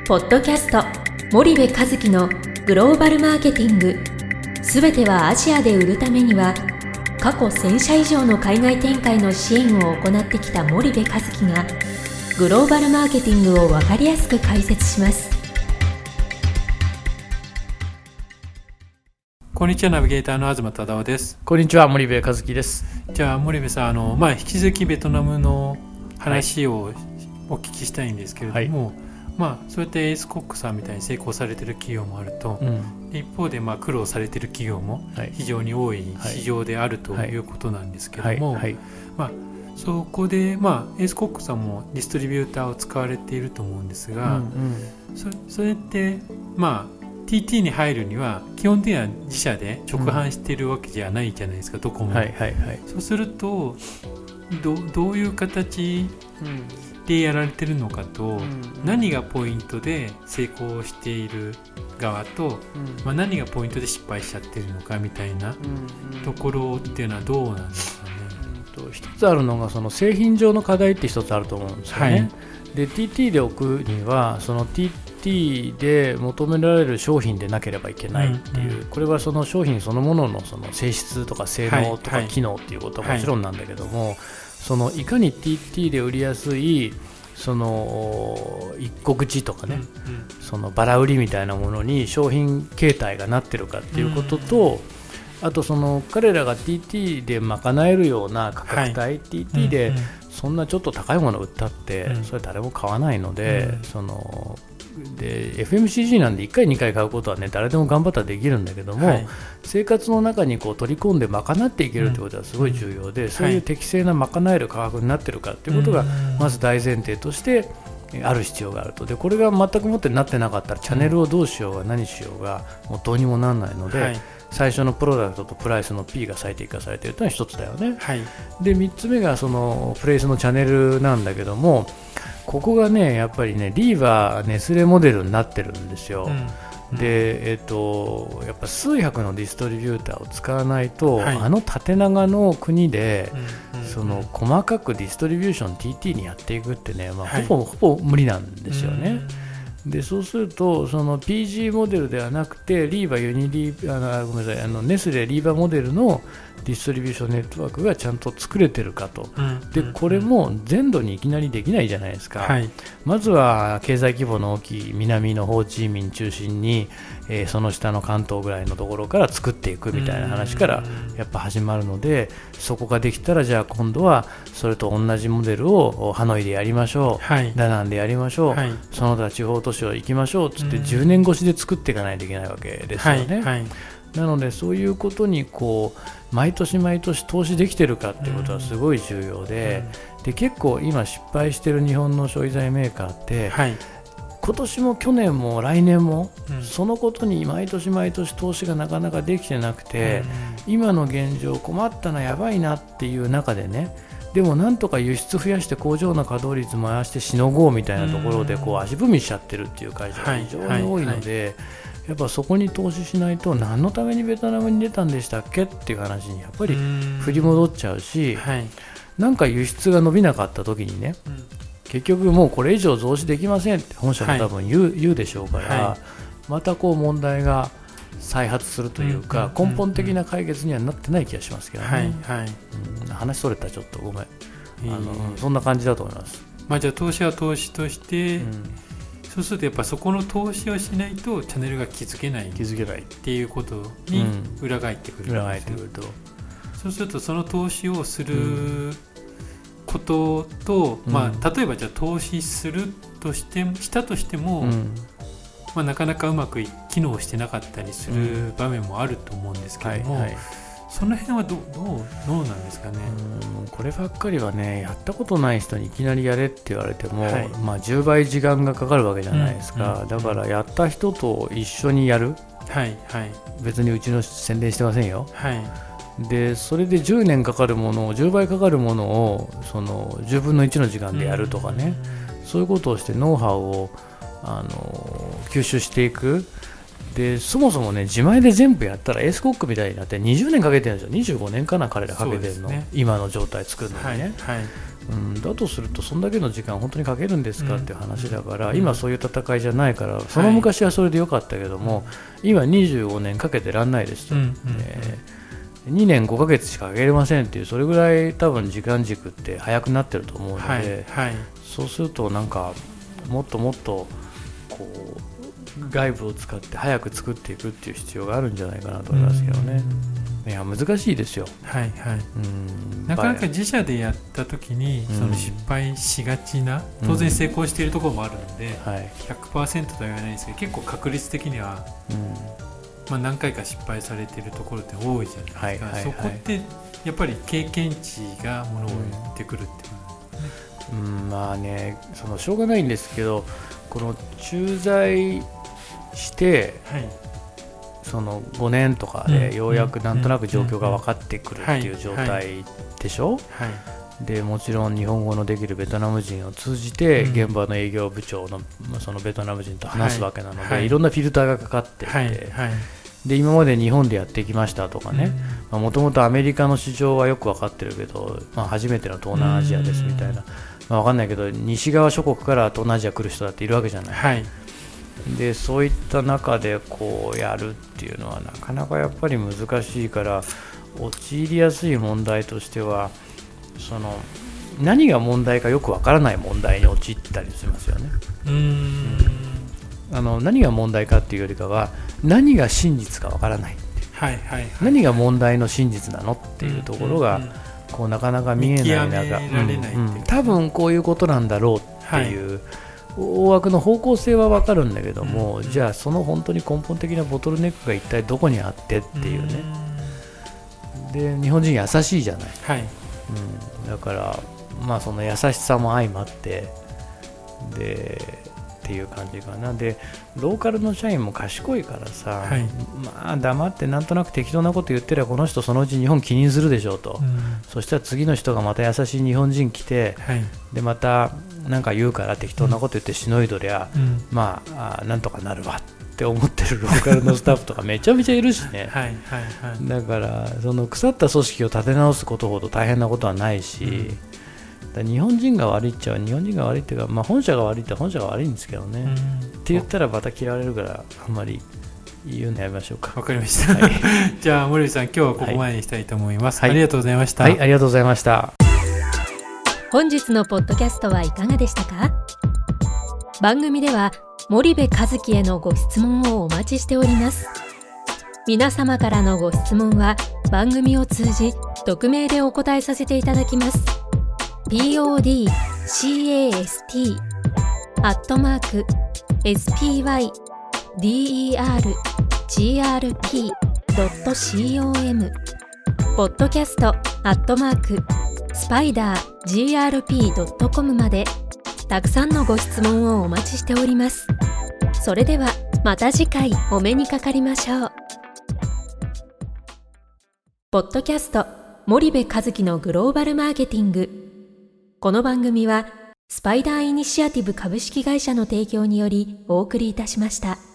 ポッドキャスト森部一樹のグローバルマーケティング、すべてはアジアで売るためには、過去1000社以上の海外展開の支援を行ってきた森部一樹がグローバルマーケティングを分かりやすく解説します。 こんにちは、ナビゲーターの東忠夫です。 こんにちは、森部一樹です。 じゃあ森部さん、引き続きベトナムの話をお聞きしたいんですけれども、そうやってエースコックさんみたいに成功されてる企業もあると、一方で苦労されてる企業も非常に多い市場であるということなんですけれども、そこで、エースコックさんもディストリビューターを使われていると思うんですが、それってTT に入るには基本的には自社で直販しているわけじゃないじゃないですか、どこも。そうするとどういう形でやられてるのかと、何がポイントで成功している側と、何がポイントで失敗しちゃってるのかみたいなところっていうのはどうなんですかね。 一つあるのがその製品上の課題って一つあると思うんですよね。で TT で置くにはその TT で求められる商品でなければいけないっていう、これはその商品そのもののその性質とか性能とか機能っていうことはもちろんなんだけども、そのいかに TT で売りやすいその一国地とかね、そのバラ売りみたいなものに商品形態がなってるかっていうことと、あとその彼らが TT で賄えるような価格帯、TT でそんなちょっと高いものを売ったってそれ誰も買わないので、で FMCG なんで1回2回買うことはね誰でも頑張ったらできるんだけども、生活の中にこう取り込んで賄っていけるということはすごい重要で、そういう適正な賄える価格になっているかということがまず大前提としてある必要があると。でこれが全くもってなってなかったらチャンネルをどうしようが何しようがもうどうにもならないので、最初のプロダクトとプライスの P が最適化されているというのは一つだよね。で3つ目がそのプレイスのチャンネルなんだけども、ここがねやっぱりねリーバーネスレモデルになってるんですよ。でやっぱ数百のディストリビューターを使わないと、縦長の国で、その細かくディストリビューション TT にやっていくってね、ほぼ無理なんですよね。でそうするとその PG モデルではなくてリーバユニリーごめんなさいネスレリーバモデルのディストリビューションネットワークがちゃんと作れてるかと。でこれも全土にいきなりできないじゃないですか。まずは経済規模の大きい南のホーチミン中心に、その下の関東ぐらいのところから作っていくみたいな話からやっぱ始まるので、そこができたらじゃあ今度はそれと同じモデルをハノイでやりましょう、ダナンでやりましょう、その他地方都市を行きましょうつって10年越しで作っていかないといけないわけですよね。なのでそういうことにこう毎年毎年投資できてるかっていうことはすごい重要で、結構今失敗してる日本の消費財メーカーって、今年も去年も来年も、そのことに毎年毎年投資がなかなかできてなくて、今の現状困ったなやばいなっていう中でね、でもなんとか輸出増やして工場の稼働率回してしのごうみたいなところでこう足踏みしちゃってるっていう会社が非常に多いので、やっぱそこに投資しないと何のためにベトナムに出たんでしたっけっていう話にやっぱり振り戻っちゃうし、なんか輸出が伸びなかった時にね、結局もうこれ以上増資できませんって本社も多分言うでしょうから、またこう問題が再発するというか、根本的な解決にはなってない気がしますけどね。話それたらちょっとごめん、そんな感じだと思います。 じゃあ投資は投資として、そうするとやっぱそこの投資をしないとチャンネルが築けないっていうことに裏返ってくる、そうするとその投資をすることと、例えばじゃあ投資するとしたとしても、なかなかうまく機能してなかったりする場面もあると思うんですけども、その辺はどうなんですかね。 こればっかりはね、やったことない人にいきなりやれって言われても、10倍時間がかかるわけじゃないですか。だからやった人と一緒にやる、別にうちの宣伝してませんよ。でそれで10年かかるものを10倍かかるものをその10分の1の時間でやるとかね、そういうことをしてノウハウを吸収していく。 でそもそもね自前で全部やったらエースコックみたいになって20年かけてるんですよ。25年かな彼らかけてるの、ね、今の状態作るのにね、はいはいだとするとそんだけの時間本当にかけるんですかっていう話だから、今そういう戦いじゃないからその昔はそれでよかったけども、今25年かけてらんないですと、2年5ヶ月しかかけれませんっていうそれぐらい多分時間軸って早くなってると思うので、はいはい、そうするとなんかもっともっとこう外部を使って早く作っていくっていう必要があるんじゃないかなと思いますけどね。いや難しいですよ、はいはい、 なかなか自社でやった時にその失敗しがちな、当然成功しているところもあるので、100% とは言わないんですけど結構確率的には、まあ、何回か失敗されているところって多いじゃないですか、そこってやっぱり経験値がものを言ってくるってことですね。 まあねそのしょうがないんですけどこの駐在して、その5年とかでようやくなんとなく状況が分かってくるっていう状態でしょ。でもちろん日本語のできるベトナム人を通じて現場の営業部長のそのベトナム人と話すわけなので、いろんなフィルターがかかっていて、で今まで日本でやってきましたとかね、もともとアメリカの市場はよく分かってるけど、初めての東南アジアですみたいな、分かんないけど西側諸国から東南アジア来る人だっているわけじゃない、でそういった中でこうやるっていうのはなかなかやっぱり難しいから、陥りやすい問題としてはその何が問題かよくわからない問題に陥ったりしますよね。何が問題かっていうよりかは何が真実かわからない、何が問題の真実なのっていうところがこうなかなか見えない中、多分こういうことなんだろうっていう、大枠の方向性は分かるんだけども、じゃあその本当に根本的なボトルネックが一体どこにあってっていうね。で日本人優しいじゃない、だからまあその優しさも相まってっていう感じかな。でローカルの社員も賢いからさ、まあ黙ってなんとなく適当なこと言ってりゃこの人そのうち日本気にするでしょうと、そしたら次の人がまた優しい日本人来て、でまたなんか言うから適当なこと言ってしのいどりゃ、まあなんとかなるわって思ってるローカルのスタッフとかめちゃめちゃいるしねだからその腐った組織を立て直すことほど大変なことはないし、日本人が悪いっちゃ日本人が悪いっていうか、本社が悪いって本社が悪いんですけどね、って言ったらまた嫌われるからあんまり言うのやめましょうか。 わかりました、じゃあ森口さん今日はここまでにしたいと思います、ありがとうございました。 ありがとうございました。 本日のポッドキャストはいかがでしたか？番組では森部一樹へのご質問をお待ちしております。皆様からのご質問は番組を通じ匿名でお答えさせていただきます。podcast@spydergrp.com podcast@spidergrp.com までたくさんのご質問をお待ちしております。それではまた次回お目にかかりましょう。ポッドキャスト森部一樹のグローバルマーケティング。この番組はスパイダーイニシアティブ株式会社の提供によりお送りいたしました。